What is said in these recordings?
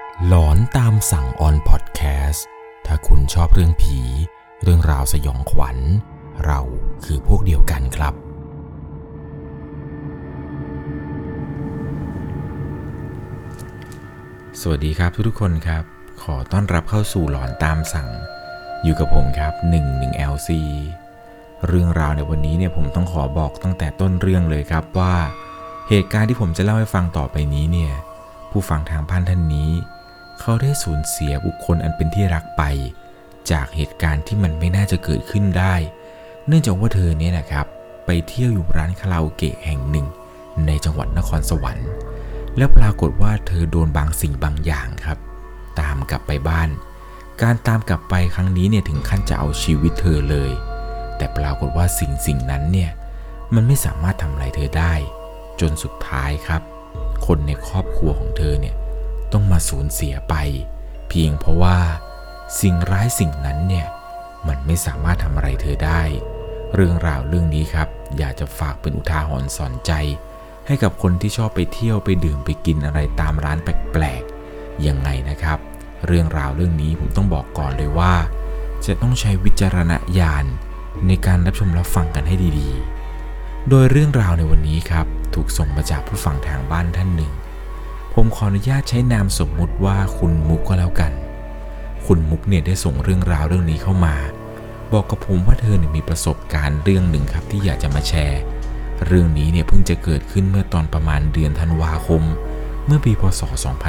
หลอนตามสั่งออนพอดแคสต์ถ้าคุณชอบเรื่องผีเรื่องราวสยองขวัญเราคือพวกเดียวกันครับสวัสดีครับทุกคนครับขอต้อนรับเข้าสู่หลอนตามสั่งอยู่กับผมครับ11LC เรื่องราวในวันนี้เนี่ยผมต้องขอบอกตั้งแต่ต้นเรื่องเลยครับว่าเหตุการณ์ที่ผมจะเล่าให้ฟังต่อไปนี้เนี่ยผู้ฟังทางบ้านท่านนี้เขาได้สูญเสียบุคคลอันเป็นที่รักไปจากเหตุการณ์ที่มันไม่น่าจะเกิดขึ้นได้เนื่องจากว่าเธอเนี่ยนะครับไปเที่ยวอยู่ร้านคาราโอเกะแห่งหนึ่งในจังหวัดนครสวรรค์แล้วปรากฏว่าเธอโดนบางสิ่งบางอย่างครับตามกลับไปบ้านการตามกลับไปครั้งนี้เนี่ยถึงขั้นจะเอาชีวิตเธอเลยแต่ปรากฏว่าสิ่งนั้นเนี่ยมันไม่สามารถทำอะไรเธอได้จนสุดท้ายครับคนในครอบครัวของเธอเนี่ยต้องมาสูญเสียไปเพียงเพราะว่าสิ่งร้ายสิ่งนั้นเนี่ยมันไม่สามารถทำอะไรเธอได้เรื่องราวเรื่องนี้ครับอยากจะฝากเป็นอุทาหรณ์สอนใจให้กับคนที่ชอบไปเที่ยวไปดื่มไปกินอะไรตามร้านแปลกๆยังไงนะครับเรื่องราวเรื่องนี้ผมต้องบอกก่อนเลยว่าจะต้องใช้วิจารณญาณในการรับชมรับฟังกันให้ดีๆโดยเรื่องราวในวันนี้ครับถูกส่งมาจากผู้ฟังทางบ้านท่านหนึ่งผมขออนุญาตใช้นามสมมุติว่าคุณมุกก็แล้วกันคุณมุกเนี่ยได้ส่งเรื่องราวเรื่องนี้เข้ามาบอกกับผมว่าเธอเนี่ยมีประสบการณ์เรื่องหนึ่งครับที่อยากจะมาแชร์เรื่องนี้เนี่ยเพิ่งจะเกิดขึ้นเมื่อตอนประมาณเดือนธันวาคมเมื่อปีพ.ศ.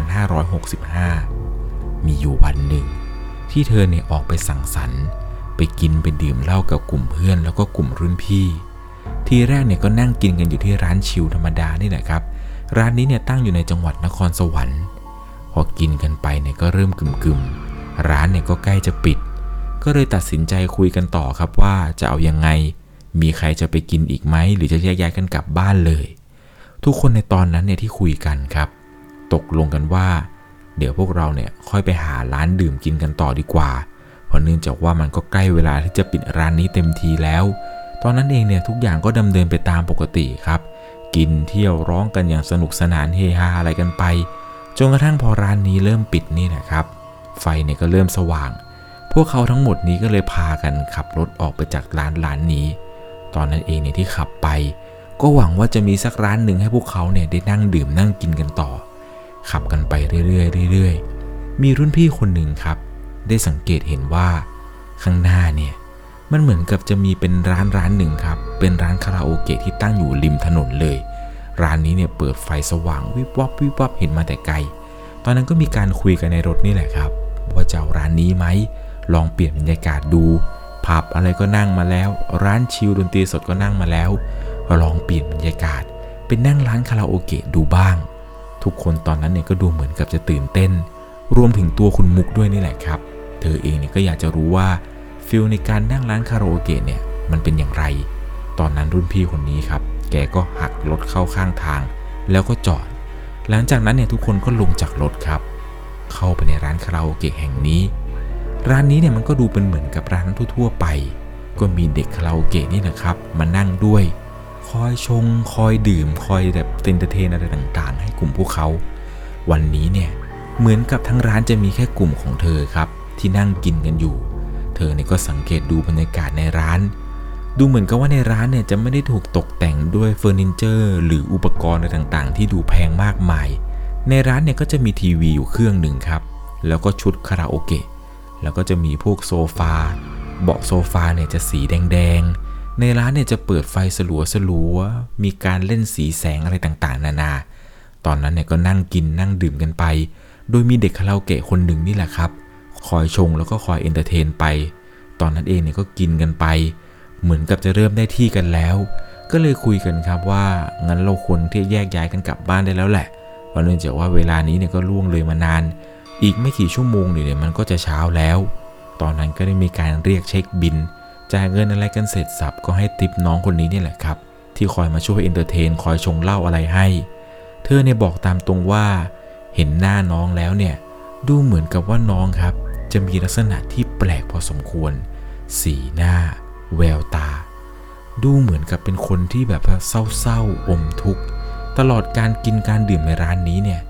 2565มีอยู่วันหนึ่งที่เธอเนี่ยออกไปสังสรรค์ไปกินไปดื่มเหล้ากับกลุ่มเพื่อนแล้วก็กลุ่มรุ่นพี่ทีแรกเนี่ยก็นั่งกินกันอยู่ที่ร้านชิลธรรมดานี่แหละครับร้านนี้เนี่ยตั้งอยู่ในจังหวัดนครสวรรค์พอกินกันไปเนี่ยก็เริ่มกึ่มร้านเนี่ยก็ใกล้จะปิดก็เลยตัดสินใจคุยกันต่อครับว่าจะเอายังไงมีใครจะไปกินอีกไหมหรือจะแยกย้ายกันกลับบ้านเลยทุกคนในตอนนั้นเนี่ยที่คุยกันครับตกลงกันว่าเดี๋ยวพวกเราเนี่ยค่อยไปหาร้านดื่มกินกันต่อดีกว่าเพราะเนื่องจากว่ามันก็ใกล้เวลาที่จะปิดร้านนี้เต็มทีแล้วตอนนั้นเองเนี่ยทุกอย่างก็ดำเนินไปตามปกติครับกินเที่ยวร้องกันอย่างสนุกสนานเฮฮาอะไรกันไปจนกระทั่งพอร้านนี้เริ่มปิดนี่นะครับไฟเนี่ยก็เริ่มสว่างพวกเขาทั้งหมดนี้ก็เลยพากันขับรถออกไปจากร้านนี้ตอนนั้นเองเนี่ยที่ขับไปก็หวังว่าจะมีสักร้านหนึ่งให้พวกเขาเนี่ยได้นั่งดื่มนั่งกินกันต่อขับกันไปเรื่อยๆมีรุ่นพี่คนหนึ่งครับได้สังเกตเห็นว่าข้างหน้าเนี่ยมันเหมือนกับจะมีเป็นร้านหนึ่งครับเป็นร้านคาราโอเกะที่ตั้งอยู่ริมถนนเลยร้านนี้เนี่ยเปิดไฟสว่างวิบวับวิบวับเห็นมาแต่ไกลตอนนั้นก็มีการคุยกันในรถนี่แหละครับว่าจะเอาร้านนี้ไหมลองเปลี่ยนบรรยากาศดูผับอะไรก็นั่งมาแล้วร้านชิลดนตรีสดก็นั่งมาแล้วลองเปลี่ยนบรรยากาศเป็นนั่งร้านคาราโอเกะดูบ้างทุกคนตอนนั้นเนี่ยก็ดูเหมือนกับจะตื่นเต้นรวมถึงตัวคุณมุกด้วยนี่แหละครับเธอเองเนี่ยก็อยากจะรู้ว่าฟีลในการนั่งร้านคาราโอเกะเนี่ยมันเป็นอย่างไรตอนนั้นรุ่นพี่คนนี้ครับแกก็หักรถเข้าข้างทางแล้วก็จอดหลังจากนั้นเนี่ยทุกคนก็ลงจากรถครับเข้าไปในร้านคาราโอเกะแห่งนี้ร้านนี้เนี่ยมันก็ดูเป็นเหมือนกับร้านทั่วๆไปก็มีเด็กคาราโอเกะนี่นะครับมานั่งด้วยคอยชงคอยดื่มคอยแบบเอนเตอร์เทนอะไรต่างๆให้กลุ่มพวกเขาวันนี้เนี่ยเหมือนกับทั้งร้านจะมีแค่กลุ่มของเธอครับที่นั่งกินกันอยู่เธอเนี่ยก็สังเกตดูบรรยากาศในร้านดูเหมือนกับว่าในร้านเนี่ยจะไม่ได้ถูกตกแต่งด้วยเฟอร์นิเจอร์หรืออุปกรณ์อะไรต่างๆที่ดูแพงมากมายในร้านเนี่ยก็จะมีทีวีอยู่เครื่องหนึ่งครับแล้วก็ชุดคาราโอเกะแล้วก็จะมีพวกโซฟาเบาะโซฟาเนี่ยจะสีแดงๆในร้านเนี่ยจะเปิดไฟสลัวๆมีการเล่นสีแสงอะไรต่างๆนานาตอนนั้นเนี่ยก็นั่งกินนั่งดื่มกันไปโดยมีเด็กคาราโอเกะคนหนึ่งนี่แหละครับคอยชงแล้วก็คอยเอนเตอร์เทนไปตอนนั้นเองเนี่ยก็กินกันไปเหมือนกับจะเริ่มได้ที่กันแล้วก็เลยคุยกันครับว่างั้นเราควรที่แยกย้ายกันกลับบ้านได้แล้วแหละเพราะเนื่องจากว่าเวลานี้เนี่ยก็ล่วงเลยมานานอีกไม่กี่ชั่วโมงเนี่ยมันก็จะเช้าแล้วตอนนั้นก็ได้มีการเรียกเช็คบิลจ่ายเงินอะไรกันเสร็จสับก็ให้ติปน้องคนนี้นี่แหละครับที่คอยมาช่วยเอนเตอร์เทนคอยชงเหล้าอะไรให้เธอเนี่ยบอกตามตรงว่าเห็นหน้าน้องแล้วเนี่ยดูเหมือนกับว่าน้องครับจะมีลักษณะที่แปลกพอสมควรสีหน้าแววตาดูเหมือนกับเป็นคนที่แบบเศร้าๆอมทุกข์ตลอดการกินการดื่มในร้านนี้เนี่ยเธ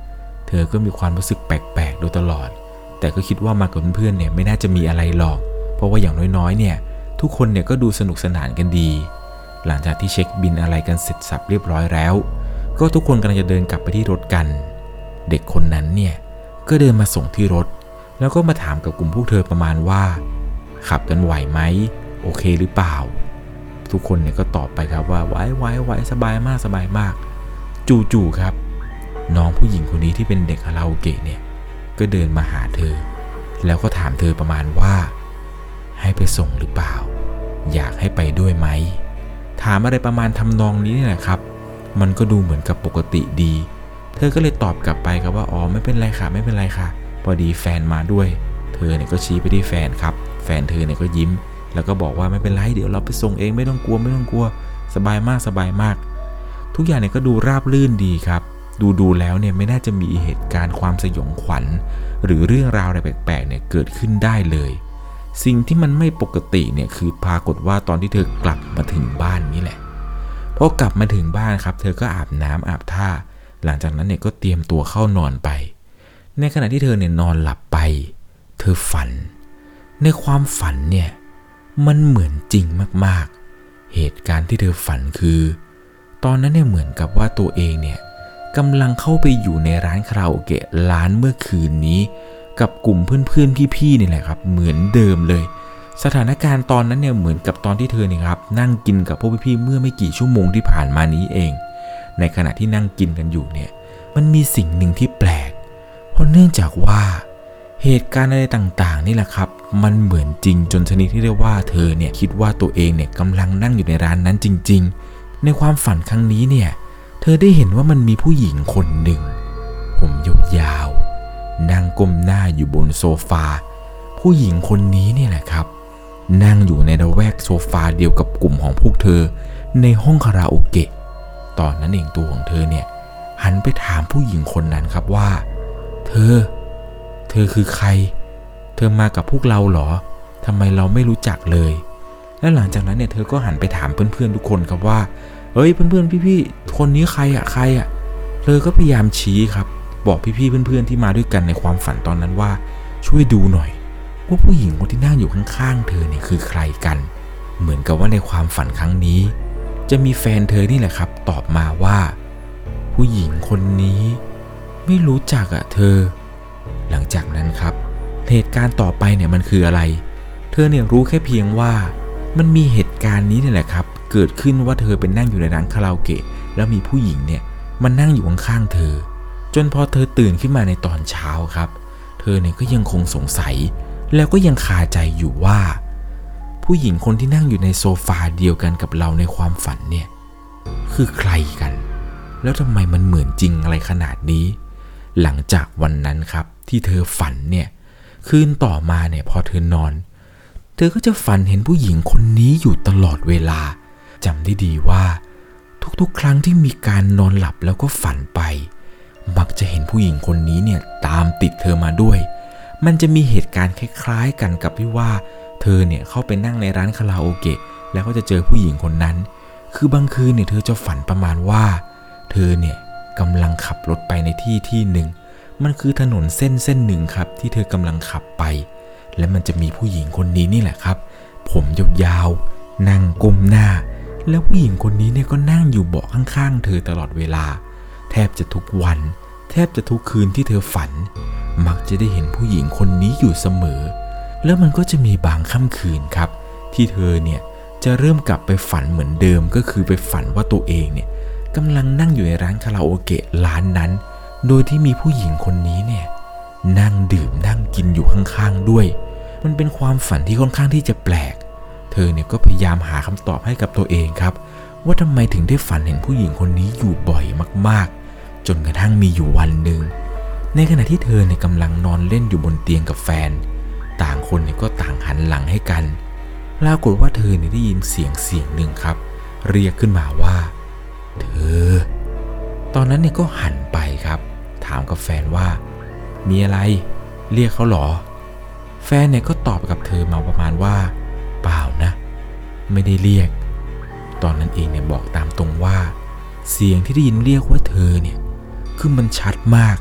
เธอก็มีความรู้สึกแปลกๆโดยตลอดแต่ก็คิดว่ามากับเพื่อนๆเนี่ยไม่น่าจะมีอะไรหรอกเพราะว่าอย่างน้อยๆเนี่ยทุกคนเนี่ยก็ดูสนุกสนานกันดีหลังจากที่เช็คบิลอะไรกันเสร็จสับเรียบร้อยแล้วก็ทุกคนกำลังจะเดินกลับไปที่รถกันเด็กคนนั้นเนี่ยก็เดินมาส่งที่รถแล้วก็มาถามกับกลุ่มพวกเธอประมาณว่าขับกันไหวไหมโอเคหรือเปล่าทุกคนเนี่ยก็ตอบไปครับว่าไหวสบายมากจู่ๆครับน้องผู้หญิงคนนี้ที่เป็นเด็กคาราโอเกะเนี่ยก็เดินมาหาเธอแล้วก็ถามเธอประมาณว่าให้ไปส่งหรือเปล่าอยากให้ไปด้วยไหมถามอะไรประมาณทำนองนี้นี่แหละครับมันก็ดูเหมือนกับปกติดีเธอก็เลยตอบกลับไปครับว่าอ๋อไม่เป็นไรค่ะพอดีแฟนมาด้วยเธอเนี่ยก็ชี้ไปที่แฟนครับแฟนเธอเนี่ยก็ยิ้มแล้วก็บอกว่าไม่เป็นไรเดี๋ยวเราไปส่งเองไม่ต้องกลัวสบายมากทุกอย่างเนี่ยก็ดูราบรื่นดีครับดูแล้วเนี่ยไม่น่าจะมีเหตุการณ์ความสยองขวัญหรือเรื่องราวอะไรแปลกๆเนี่ยเกิดขึ้นได้เลยสิ่งที่มันไม่ปกติเนี่ยคือปรากฏว่าตอนที่เธอกลับมาถึงบ้านนี่แหละพอกลับมาถึงบ้านครับเธอก็อาบน้ำอาบท่าหลังจากนั้นเนี่ยก็เตรียมตัวเข้านอนไปในขณะที่เธอเนี่ยนอนหลับไปเธอฝันในความฝันเนี่ยมันเหมือนจริงมากๆเหตุการณ์ที่เธอฝันคือตอนนั้นเนี่ยเหมือนกับว่าตัวเองเนี่ยกำลังเข้าไปอยู่ในร้านคาราโอเกะร้านเมื่อคืนนี้กับกลุ่มเพื่อนๆพี่ๆนี่แหละครับเหมือนเดิมเลยสถานการณ์ตอนนั้นเนี่ยเหมือนกับตอนที่เธอเนี่ยครับนั่งกินกับพวกพี่ๆเมื่อไม่กี่ชั่วโมงที่ผ่านมานี้เองในขณะที่นั่งกินกันอยู่เนี่ยมันมีสิ่งหนึ่งที่แปลกเพราะเนื่องจากว่าเหตุการณ์อะไรต่างๆนี่แหละครับมันเหมือนจริงจนชนิดที่เรียกว่าเธอเนี่ยคิดว่าตัวเองเนี่ยกำลังนั่งอยู่ในร้านนั้นจริงๆในความฝันครั้งนี้เนี่ยเธอได้เห็นว่ามันมีผู้หญิงคนหนึ่งผมยาวๆนั่งก้มหน้าอยู่บนโซฟาผู้หญิงคนนี้เนี่ยแหละครับนั่งอยู่ในระแวกโซฟาเดียวกับกลุ่มของพวกเธอในห้องคาราโอเกะตอนนั้นเองตัวของเธอเนี่ยหันไปถามผู้หญิงคนนั้นครับว่าเธอคือใครเธอมากับพวกเราเหรอทำไมเราไม่รู้จักเลยและหลังจากนั้นเนี่ยเธอก็หันไปถามเพื่อนๆทุกคนครับว่าเฮ้ยเพื่อนๆพี่ๆคนนี้ใครอ่ะเธอก็พยายามชี้ครับบอกพี่ๆเพื่อนๆที่มาด้วยกันในความฝันตอนนั้นว่าช่วยดูหน่อยว่าผู้หญิงคนที่นั่งอยู่ข้างๆเธอเนี่ยคือใครกันเหมือนกับว่าในความฝันครั้งนี้จะมีแฟนเธอนี่แหละครับตอบมาว่าผู้หญิงคนนี้ไม่รู้จักอ่ะเธอหลังจากนั้นครับเหตุการณ์ต่อไปเนี่ยมันคืออะไรเธอเนี่ยรู้แค่เพียงว่ามันมีเหตุการณ์นี้นี่แหละครับเกิดขึ้นว่าเธอเป็นนั่งอยู่ในร้านคาราโอเกะแล้วมีผู้หญิงเนี่ยมันนั่งอยู่ข้างๆเธอจนพอเธอตื่นขึ้นมาในตอนเช้าครับเธอเนี่ยก็ยังคงสงสัยแล้วก็ยังคาใจอยู่ว่าผู้หญิงคนที่นั่งอยู่ในโซฟาเดียวกันกับเราในความฝันเนี่ยคือใครกันแล้วทำไมมันเหมือนจริงอะไรขนาดนี้หลังจากวันนั้นครับที่เธอฝันเนี่ยคืนต่อมาเนี่ยพอเธอนอนเธอก็จะฝันเห็นผู้หญิงคนนี้อยู่ตลอดเวลาจำได้ดีว่าทุกๆครั้งที่มีการนอนหลับแล้วก็ฝันไปมักจะเห็นผู้หญิงคนนี้เนี่ยตามติดเธอมาด้วยมันจะมีเหตุการณ์คล้ายๆกันกับที่ว่าเธอเนี่ยเข้าไปนั่งในร้านคาราโอเกะแล้วก็จะเจอผู้หญิงคนนั้นคือบางคืนเนี่ยเธอจะฝันประมาณว่าเธอเนี่ยกำลังขับรถไปในที่หนึ่งมันคือถนนเส้นหนึ่งครับที่เธอกำลังขับไปและมันจะมีผู้หญิงคนนี้นี่แหละครับผมยาวๆนั่งก้มหน้าแล้วผู้หญิงคนนี้เนี่ยก็นั่งอยู่เบาะข้างๆเธอตลอดเวลาแทบจะทุกวันแทบจะทุกคืนที่เธอฝันมักจะได้เห็นผู้หญิงคนนี้อยู่เสมอแล้วมันก็จะมีบางค่ำคืนครับที่เธอเนี่ยจะเริ่มกลับไปฝันเหมือนเดิมก็คือไปฝันว่าตัวเองเนี่ยกำลังนั่งอยู่ในร้านคาราโอเกะร้านนั้นโดยที่มีผู้หญิงคนนี้เนี่ยนั่งดื่มนั่งกินอยู่ข้างๆด้วยมันเป็นความฝันที่ค่อนข้างที่จะแปลกเธอเนี่ยก็พยายามหาคำตอบให้กับตัวเองครับว่าทำไมถึงได้ฝันเห็นผู้หญิงคนนี้อยู่บ่อยมากๆจนกระทั่งมีอยู่วันหนึ่งในขณะที่เธอเนี่ยกำลังนอนเล่นอยู่บนเตียงกับแฟนต่างคนเนี่ยก็ต่างหันหลังให้กันปรากฏว่าเธอเนี่ยได้ยินเสียงหนึ่งครับเรียกขึ้นมาว่าเธอตอนนั้นเนี่ยก็หันไปครับถามกับแฟนว่ามีอะไรเรียกเขาหรอแฟนเนี่ยก็ตอบกับเธอมาประมาณว่าเปล่านะไม่ได้เรียกตอนนั้นเองเนี่ยบอกตามตรงว่าเสียงที่ได้ยินเรียกว่าเธอเนี่ยคือมันชัดมาก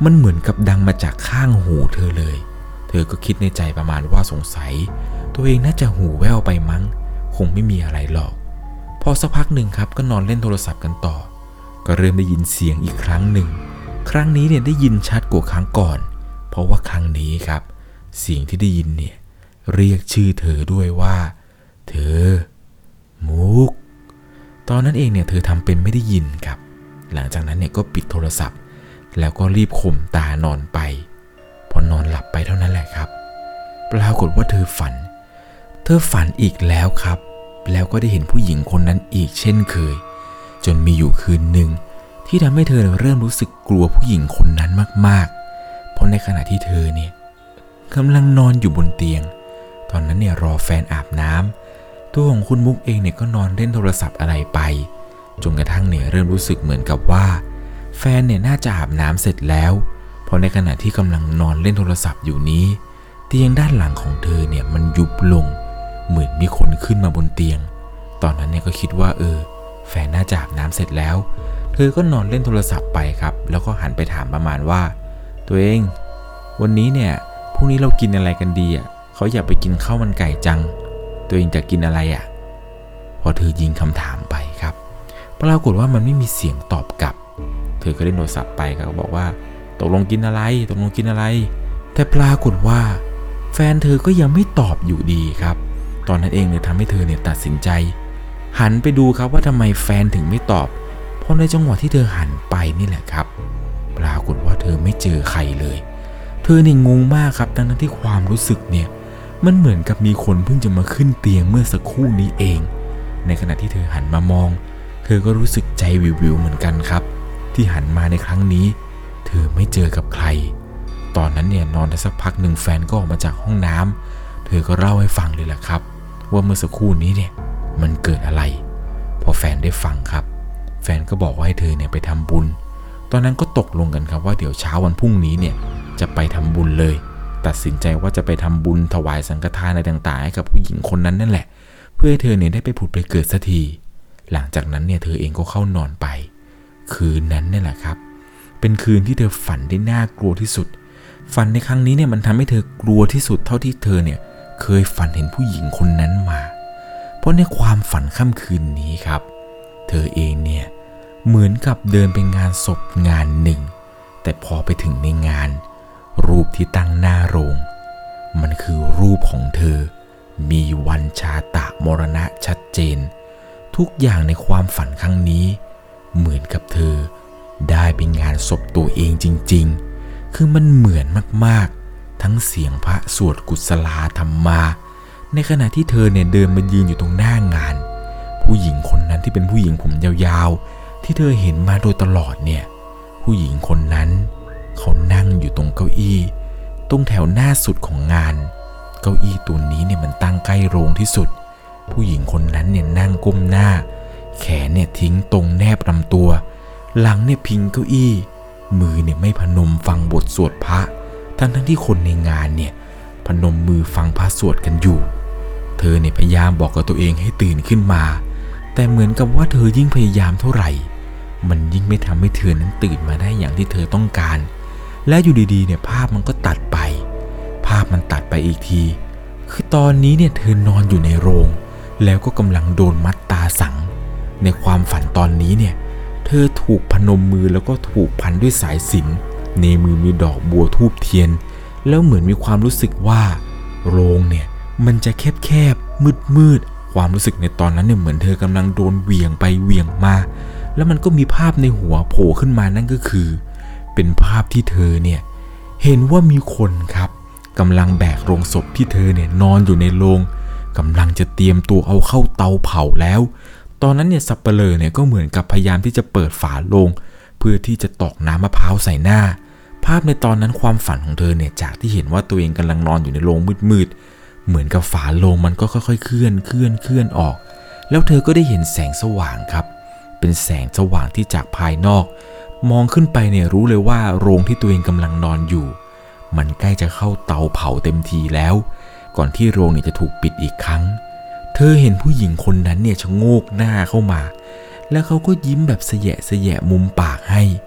มันเหมือนกับดังมาจากข้างหูเธอเลยเธอก็คิดในใจประมาณว่าสงสัยตัวเองน่าจะหูแว่วไปมั้งคงไม่มีอะไรหรอกพอสักพักหนึ่งครับก็นอนเล่นโทรศัพท์กันต่อก็เริ่มได้ยินเสียงอีกครั้งหนึ่งครั้งนี้เนี่ยได้ยินชัดกว่าครั้งก่อนเพราะว่าครั้งนี้ครับเสียงที่ได้ยินเนี่ยเรียกชื่อเธอด้วยว่าเธอมุกตอนนั้นเองเนี่ยเธอทำเป็นไม่ได้ยินครับหลังจากนั้นเนี่ยก็ปิดโทรศัพท์แล้วก็รีบข่มตานอนไปพอนอนหลับไปเท่านั้นแหละครับปรากฏว่าเธอฝันอีกแล้วครับแล้วก็ได้เห็นผู้หญิงคนนั้นอีกเช่นเคยจนมีอยู่คืนหนึ่งที่ทำให้เธอเริ่มรู้สึกกลัวผู้หญิงคนนั้นมากๆเพราะในขณะที่เธอเนี่ยกำลังนอนอยู่บนเตียงตอนนั้นเนี่ยรอแฟนอาบน้ำตัวของคุณมุกเองเนี่ยก็นอนเล่นโทรศัพท์อะไรไปจนกระทั่งเนี่ยเริ่มรู้สึกเหมือนกับว่าแฟนเนี่ยน่าจะอาบน้ำเสร็จแล้วเพราะในขณะที่กำลังนอนเล่นโทรศัพท์อยู่นี้เตียงด้านหลังของเธอเนี่ยมันยุบลงเหมือนมีคนขึ้นมาบนเตียงตอนนั้นเนี่ยก็คิดว่าแฟนน่าจะอาบน้ำเสร็จแล้วเธอก็นอนเล่นโทรศัพท์ไปครับแล้วก็หันไปถามประมาณว่าตัวเองวันนี้เนี่ยพรุ่งนี้เรากินอะไรกันดีเขาอยากไปกินข้าวมันไก่จังตัวเองจะกินอะไรพอเธอยิงคำถามไปครับปรากฏว่ามันไม่มีเสียงตอบกลับเธอก็เล่นโทรศัพท์ไปก็บอกว่าตกลงกินอะไรแต่ปรากฏว่าแฟนเธอก็ยังไม่ตอบอยู่ดีครับตอนนั้นเองเนี่ยทำให้เธอเนี่ยตัดสินใจหันไปดูครับว่าทำไมแฟนถึงไม่ตอบเพราะในจังหวะที่เธอหันไปนี่แหละครับปรากฏว่าเธอไม่เจอใครเลยเธอเนี่ยงงมากครับทั้งที่ความรู้สึกเนี่ยมันเหมือนกับมีคนเพิ่งจะมาขึ้นเตียงเมื่อสักครู่นี้เองในขณะที่เธอหันมามองเธอก็รู้สึกใจวิวๆเหมือนกันครับที่หันมาในครั้งนี้เธอไม่เจอกับใครตอนนั้นเนี่ยนอนได้สักพักหนึ่งแฟนก็ออกมาจากห้องน้ำเธอก็เล่าให้ฟังเลยแหละครับว่าเมื่อสักครู่นี้เนี่ยมันเกิดอะไรพอแฟนได้ฟังครับแฟนก็บอกว่าให้เธอเนี่ยไปทำบุญตอนนั้นก็ตกลงกันครับว่าเดี๋ยวเช้าวันพรุ่งนี้เนี่ยจะไปทำบุญเลยตัดสินใจว่าจะไปทำบุญถวายสังฆทานอะไรต่างๆให้กับผู้หญิงคนนั้นนั่นแหละเพื่อให้เธอเนี่ยได้ไปผุดไปเกิดสักทีหลังจากนั้นเนี่ยเธอเองก็เข้านอนไปคืนนั้นนี่แหละครับเป็นคืนที่เธอฝันได้น่ากลัวที่สุดฝันในครั้งนี้เนี่ยมันทำให้เธอกลัวที่สุดเท่าที่เธอเนี่ยเคยฝันเห็นผู้หญิงคนนั้นมาเพราะในความฝันค่ำคืนนี้ครับเธอเองเนี่ยเหมือนกับเดินไปงานศพงานหนึ่งแต่พอไปถึงในงานรูปที่ตั้งหน้าโรงมันคือรูปของเธอมีวันชาตะมรณะชัดเจนทุกอย่างในความฝันครั้งนี้เหมือนกับเธอได้ไปงานศพตัวเองจริงๆคือมันเหมือนมากๆทั้งเสียงพระสวดกุศลาธรรมาในขณะที่เธอเนี่ยเดินมายืนอยู่ตรงหน้างานผู้หญิงคนนั้นที่เป็นผู้หญิงผมยาวๆที่เธอเห็นมาโดยตลอดเนี่ยผู้หญิงคนนั้นเขานั่งอยู่ตรงเก้าอี้ตรงแถวหน้าสุดของงานเก้าอี้ตัวนี้เนี่ยมันตั้งใกล้โรงที่สุดผู้หญิงคนนั้นเนี่ยนั่งก้มหน้าแขนเนี่ยทิ้งตรงแนบลำตัวหลังเนี่ยพิงเก้าอี้มือเนี่ยไม่พนมฟังบทสวดพระทั้งที่คนในงานเนี่ยพนมมือฟังพระสวดกันอยู่เธอเนี่ยพยายามบอกกับตัวเองให้ตื่นขึ้นมาแต่เหมือนกับว่าเธอยิ่งพยายามเท่าไหร่มันยิ่งไม่ทำให้เธอนั้นตื่นมาได้อย่างที่เธอต้องการและอยู่ดีๆเนี่ยภาพมันก็ตัดไปอีกทีคือตอนนี้เนี่ยเธอนอนอยู่ในโรงแล้วก็กำลังโดนมัดตาสังในความฝันตอนนี้เนี่ยเธอถูกพนมมือแล้วก็ถูกพันด้วยสายสิญจน์ในมือมีดอกบัวธูปเทียนแล้วเหมือนมีความรู้สึกว่าโรงเนี่ยมันจะแคบมืดความรู้สึกในตอนนั้นเนี่ยเหมือนเธอกำลังโดนเหวี่ยงไปเหวี่ยงมาแล้วมันก็มีภาพในหัวโผล่ขึ้นมานั่นก็คือเป็นภาพที่เธอเนี่ยเห็นว่ามีคนครับกำลังแบกโลงศพที่เธอเนี่ยนอนอยู่ในโรงกำลังจะเตรียมตัวเอาเข้าเตาเผาแล้วตอนนั้นเนี่ยสัปเหร่อเนี่ยก็เหมือนกับพยายามที่จะเปิดฝาโลงเพื่อที่จะตอกน้ำมะพร้าวใส่หน้าภาพในตอนนั้นความฝันของเธอเนี่ยจากที่เห็นว่าตัวเองกำลังนอนอยู่ในโรงมืดเหมือนกับฝาโลงมันก็ค่อยๆเคลื่อนออกแล้วเธอก็ได้เห็นแสงสว่างครับเป็นแสงสว่างที่จากภายนอกมองขึ้นไปเนี่ยรู้เลยว่าโรงที่ตัวเองกำลังนอนอยู่มันใกล้จะเข้าเตาเผาเต็มทีแล้วก่อนที่โรงเนี่ยจะถูกปิดอีกครั้งเธอเห็นผู้หญิงคนนั้นเนี่ยชะโงกหน้าเข้ามาแล้วเขาก็ยิ้มแบบแสะมุมปากให้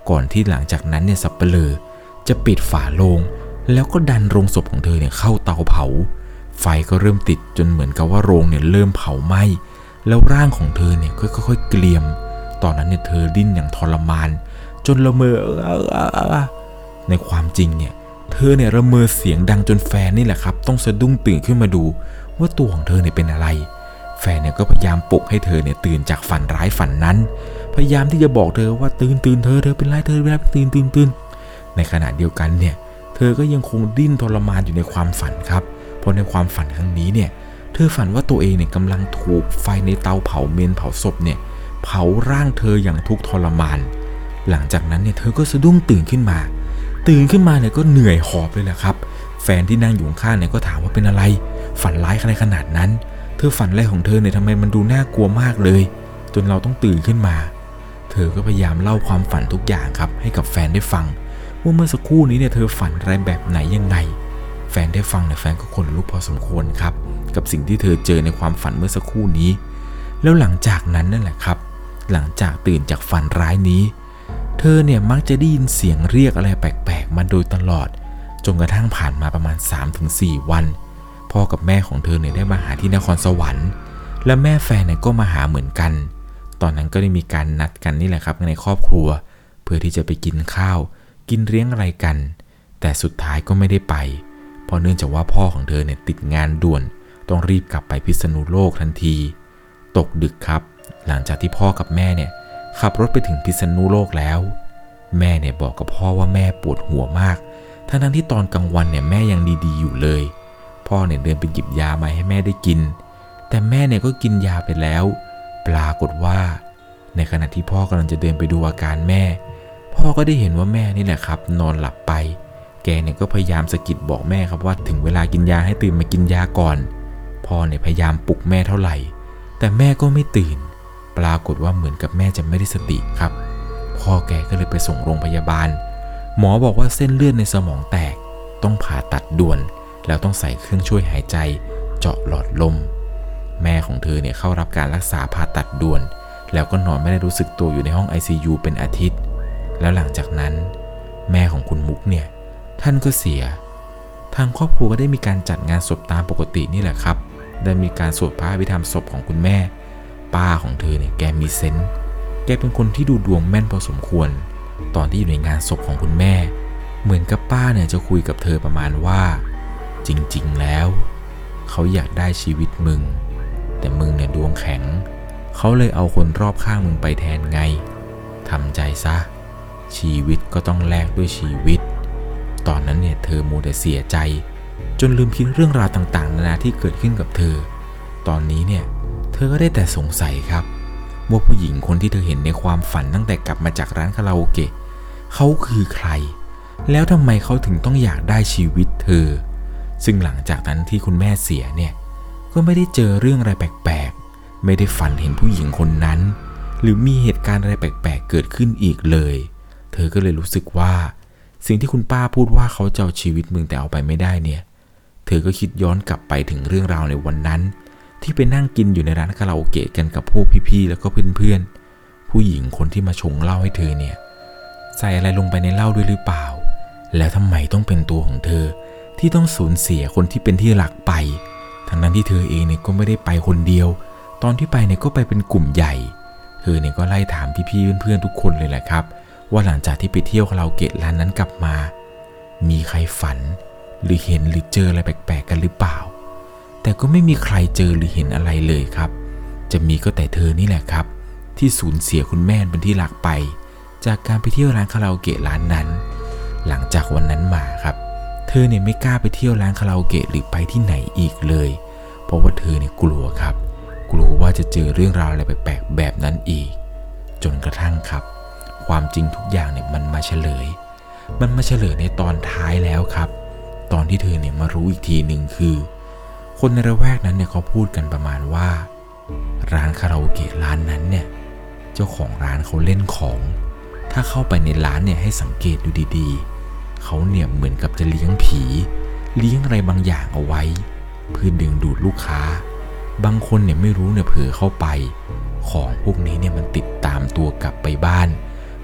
ก่อนที่หลังจากนั้นเนี่ยสัปเหร่อจะปิดฝาโลงแล้วก็ดันโลงศพของเธอเนี่ยเข้าเตาเผาไฟก็เริ่มติดจนเหมือนกับว่าโรงเนี่ยเริ่มเผาไหม้แล้วร่างของเธอเนี่ยค่อยๆเกรียมตอนนั้นเนี่ยเธอดิ้นอย่างทรมานจนละเมอในความจริงเนี่ยเธอเนี่ยละเมอเสียงดังจนแฟนนี่แหละครับต้องสะดุ้งตื่นขึ้นมาดูว่าตัวของเธอเนี่ยเป็นอะไรแฟนเนี่ยก็พยายามปลุกให้เธอเนี่ยตื่นจากฝันร้ายฝันนั้นพยายามที่จะบอกเธอว่าตื่นเธอเป็นไรเธอตื่นในขณะเดียวกันเนี่ยเธอก็ยังคงดิ้นทรมานอยู่ในความฝันครับเพราะในความฝันครั้งนี้เนี่ยเธอฝันว่าตัวเองเนี่ยกำลังถูกไฟในเตาเผาเมนเผาศพเนี่ยเผาร่างเธออย่างทุกข์ทรมานหลังจากนั้นเนี่ยเธอก็สะดุ้งตื่นขึ้นมาเนี่ยก็เหนื่อยหอบเลยแหละครับแฟนที่นั่งอยู่ข้างเนี่ยก็ถามว่าเป็นอะไรฝันร้ายอะไรขนาดนั้นเธอฝันอะไรของเธอเนี่ยทำไมมันดูน่ากลัวมากเลยจนเราต้องตื่นขึ้นมาเธอก็พยายามเล่าความฝันทุกอย่างครับให้กับแฟนได้ฟังว่าเมื่อสักครู่นี้เนี่ยเธอฝันอะไรแบบไหนยังไงแฟนได้ฟังเนี่ยแฟนก็ขนลุกพอสมควรครับกับสิ่งที่เธอเจอในความฝันเมื่อสักครู่นี้แล้วหลังจากนั้นนั่นแหละครับหลังจากตื่นจากฝันร้ายนี้เธอเนี่ยมักจะได้ยินเสียงเรียกอะไรแปลกๆมาโดยตลอดจนกระทั่งผ่านมาประมาณ 3-4 วันพ่อกับแม่ของเธอเนี่ยได้มาหาที่นครสวรรค์และแม่แฟนเนี่ยก็มาหาเหมือนกันตอนนั้นก็ได้มีการนัดกันนี่แหละครับในครอบครัวเพื่อที่จะไปกินข้าวกินเลี้ยงอะไรกันแต่สุดท้ายก็ไม่ได้ไปเพราะเนื่องจากว่าพ่อของเธอเนี่ยติดงานด่วนต้องรีบกลับไปพิษณุโลกทันทีตกดึกครับหลังจากที่พ่อกับแม่เนี่ยขับรถไปถึงพิษณุโลกแล้วแม่เนี่ยบอกกับพ่อว่าแม่ปวดหัวมากทั้งที่ตอนกลางวันเนี่ยแม่ยังดีๆอยู่เลยพ่อเนี่ยเดินไปหยิบยามาให้แม่ได้กินแต่แม่เนี่ยก็กินยาไปแล้วปรากฏว่าในขณะที่พ่อกำลังจะเดินไปดูอาการแม่พ่อก็ได้เห็นว่าแม่นี่แหละครับนอนหลับไปแกเนี่ยก็พยายามสะกิดบอกแม่ครับว่าถึงเวลากินยาให้ตื่นมากินยาก่อนพ่อเนี่ยพยายามปลุกแม่เท่าไหร่แต่แม่ก็ไม่ตื่นปรากฏว่าเหมือนกับแม่จะไม่ได้สติครับพ่อแกก็เลยไปส่งโรงพยาบาลหมอบอกว่าเส้นเลือดในสมองแตกต้องผ่าตัดด่วนแล้วต้องใส่เครื่องช่วยหายใจเจาะหลอดลมแม่ของเธอเนี่ยเข้ารับการรักษาผ่าตัดด่วนแล้วก็นอนไม่ได้รู้สึกตัวอยู่ในห้อง ICU เป็นอาทิตย์แล้วหลังจากนั้นแม่ของคุณมุกเนี่ยท่านก็เสียทางครอบครัวก็ได้มีการจัดงานศพตามปกตินี่แหละครับได้มีการสวดพระอภิธรรมศพของคุณแม่ป้าของเธอเนี่ยแกมีเซนส์แกเป็นคนที่ดูดวงแม่นพอสมควรตอนที่อยู่ในงานศพของคุณแม่เหมือนกับป้าเนี่ยจะคุยกับเธอประมาณว่าจริงๆแล้วเขาอยากได้ชีวิตมึงแต่มึงเนี่ยดวงแข็งเขาเลยเอาคนรอบข้างมึงไปแทนไงทำใจซะชีวิตก็ต้องแลกด้วยชีวิตตอนนั้นเนี่ยเธอมัวแต่เสียใจจนลืมคิดเรื่องราวต่างๆนานาที่เกิดขึ้นกับเธอตอนนี้เนี่ยเธอก็ได้แต่สงสัยครับว่าผู้หญิงคนที่เธอเห็นในความฝันตั้งแต่กลับมาจากร้านคาราโอเกะเขาคือใครแล้วทำไมเขาถึงต้องอยากได้ชีวิตเธอซึ่งหลังจากนั้นที่คุณแม่เสียเนี่ยก็ไม่ได้เจอเรื่องอะไรแปลกๆไม่ได้ฝันเห็นผู้หญิงคนนั้นหรือมีเหตุการณ์อะไรแปลกๆเกิดขึ้นอีกเลยเธอก็เลยรู้สึกว่าสิ่งที่คุณป้าพูดว่าเขาจะเอาชีวิตมึงแต่เอาไปไม่ได้เนี่ยเธอก็คิดย้อนกลับไปถึงเรื่องราวในวันนั้นที่ไปนั่งกินอยู่ในร้านคาราโอเกะกันกับพวกพี่ๆแล้วก็เพื่อนๆผู้หญิงคนที่มาชงเหล้าให้เธอเนี่ยใส่อะไรลงไปในเหล้าด้วยหรือเปล่าแล้วทำไมต้องเป็นตัวของเธอที่ต้องสูญเสียคนที่เป็นที่รักไปทั้งนั้นที่เธอเองเนี่ยก็ไม่ได้ไปคนเดียวตอนที่ไปเนี่ยก็ไปเป็นกลุ่มใหญ่เธอเนี่ยก็ไล่ถามพี่ๆเพื่อนๆทุกคนเลยแหละครับว่าหลังจากที่ไปเที่ยวคาราโอเกะร้านนั้นกลับมามีใครฝันหรือเห็นหรือเจออะไรแปลกๆกันหรือเปล่าแต่ก็ไม่มีใครเจอหรือเห็นอะไรเลยครับจะมีก็แต่เธอนี่แหละครับที่สูญเสียคุณแม่เป็นที่รักไปจากการไปเที่ยวร้านคาราโอเกะร้านนั้นหลังจากวันนั้นมาครับเธอเนี่ยไม่กล้าไปเที่ยวร้านคาราโอเกะหรือไปที่ไหนอีกเลยเพราะว่าเธอเนี่ยกลัวครับกลัวว่าจะเจอเรื่องราวอะไรแปลกๆแบบนั้นอีกจนกระทั่งครับความจริงทุกอย่างเนี่ยมันมาเฉลยในตอนท้ายแล้วครับตอนที่เธอเนี่ยมารู้อีกทีหนึ่งคือคนในระแวกนั้นเนี่ยเขาพูดกันประมาณว่าร้านคาราโอเกะร้านนั้นเนี่ยเจ้าของร้านเขาเล่นของถ้าเข้าไปในร้านเนี่ยให้สังเกตดูดีๆเขาเนี่ยเหมือนกับจะเลี้ยงผีเลี้ยงอะไรบางอย่างเอาไว้เพื่อดึงดูดลูกค้าบางคนเนี่ยไม่รู้เนี่ยเผลอเข้าไปของพวกนี้เนี่ยมันติดตามตัวกลับไปบ้าน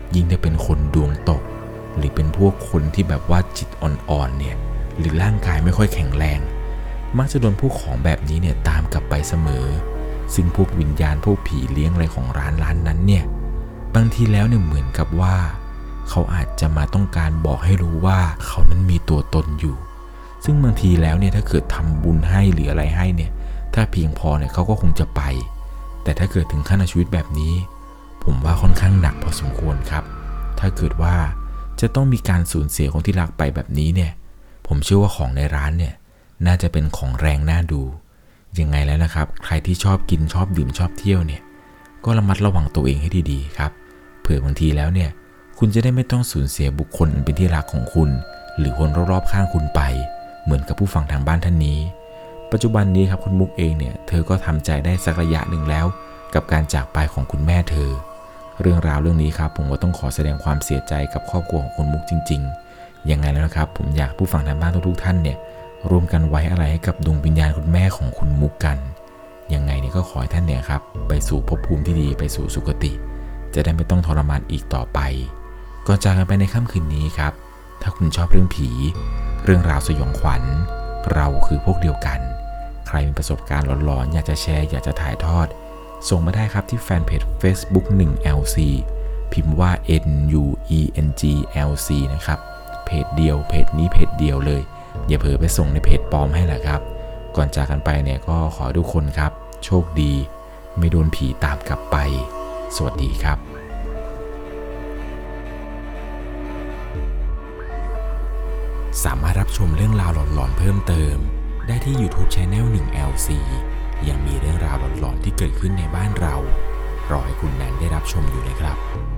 ยิ่งถ้าเป็นคนดวงตกหรือเป็นพวกคนที่แบบว่าจิตอ่อนๆเนี่ยหรือร่างกายไม่ค่อยแข็งแรงมักจะโดนพวกของแบบนี้เนี่ยตามกลับไปเสมอซึ่งพวกวิญญาณพวกผีเลี้ยงอะไรของร้านนั้นเนี่ยบางทีแล้วเนี่ยเหมือนกับว่าเขาอาจจะมาต้องการบอกให้รู้ว่าเขานั้นมีตัวตนอยู่ซึ่งบางทีแล้วเนี่ยถ้าเกิดทำบุญให้หรืออะไรให้เนี่ยถ้าเพียงพอเนี่ยเขาก็คงจะไปแต่ถ้าเกิดถึงขั้นเอาชีวิตแบบนี้ผมว่าค่อนข้างหนักพอสมควรครับถ้าเกิดว่าจะต้องมีการสูญเสียคนที่รักไปแบบนี้เนี่ยผมเชื่อว่าของในร้านเนี่ยน่าจะเป็นของแรงน่าดูยังไงแล้วนะครับใครที่ชอบกินชอบดื่มชอบเที่ยวเนี่ยก็ระมัดระวังตัวเองให้ดีๆครับเผื่อบางทีแล้วเนี่ยคุณจะได้ไม่ต้องสูญเสียบุคคลอันเป็นที่รักของคุณหรือคนรอบๆข้างคุณไปเหมือนกับผู้ฟังทางบ้านท่านนี้ปัจจุบันนี้ครับคุณมุกเองเนี่ยเธอก็ทำใจได้สักระยะหนึ่งแล้วกับการจากไปของคุณแม่เธอเรื่องราวเรื่องนี้ครับผมก็ต้องขอแสดงความเสียใจกับครอบครัวของคุณมุกจริงๆยังไงแล้วนะครับผมอยากผู้ฟังทางบ้านทุกๆท่านเนี่ยร่วมกันไว้อะไรให้กับดวงวิญญาณคุณแม่ของคุณมุกกันยังไงเนี่ยก็ขอให้ท่านเนี่ยครับไปสู่ภพภูมิที่ดีไปสู่สุคติจะได้ไม่ต้องทรมานอีกต่อไปก่อนจากกันไปในค่ำคืนนี้ครับถ้าคุณชอบเรื่องผีเรื่องราวสยองขวัญเราคือพวกเดียวกันใครมีประสบการณ์หลอนๆอยากจะแชร์อยากจะถ่ายทอดส่งมาได้ครับที่แฟนเพจ Facebook 1LC พิมพ์ว่า NUENGLC นะครับเพจเดียวเพจนี้เพจเดียวเลยอย่าเผลอไปส่งในเพจปลอมให้แหละครับก่อนจากกันไปเนี่ยก็ขอทุกคนครับโชคดีไม่โดนผีตามกลับไปสวัสดีครับสามารถรับชมเรื่องราวหลอนๆเพิ่มเติมได้ที่ YouTube Channel 1LC ยังมีเรื่องราวหลอนๆที่เกิดขึ้นในบ้านเรารอให้คุณแนนได้รับชมอยู่เลยครับ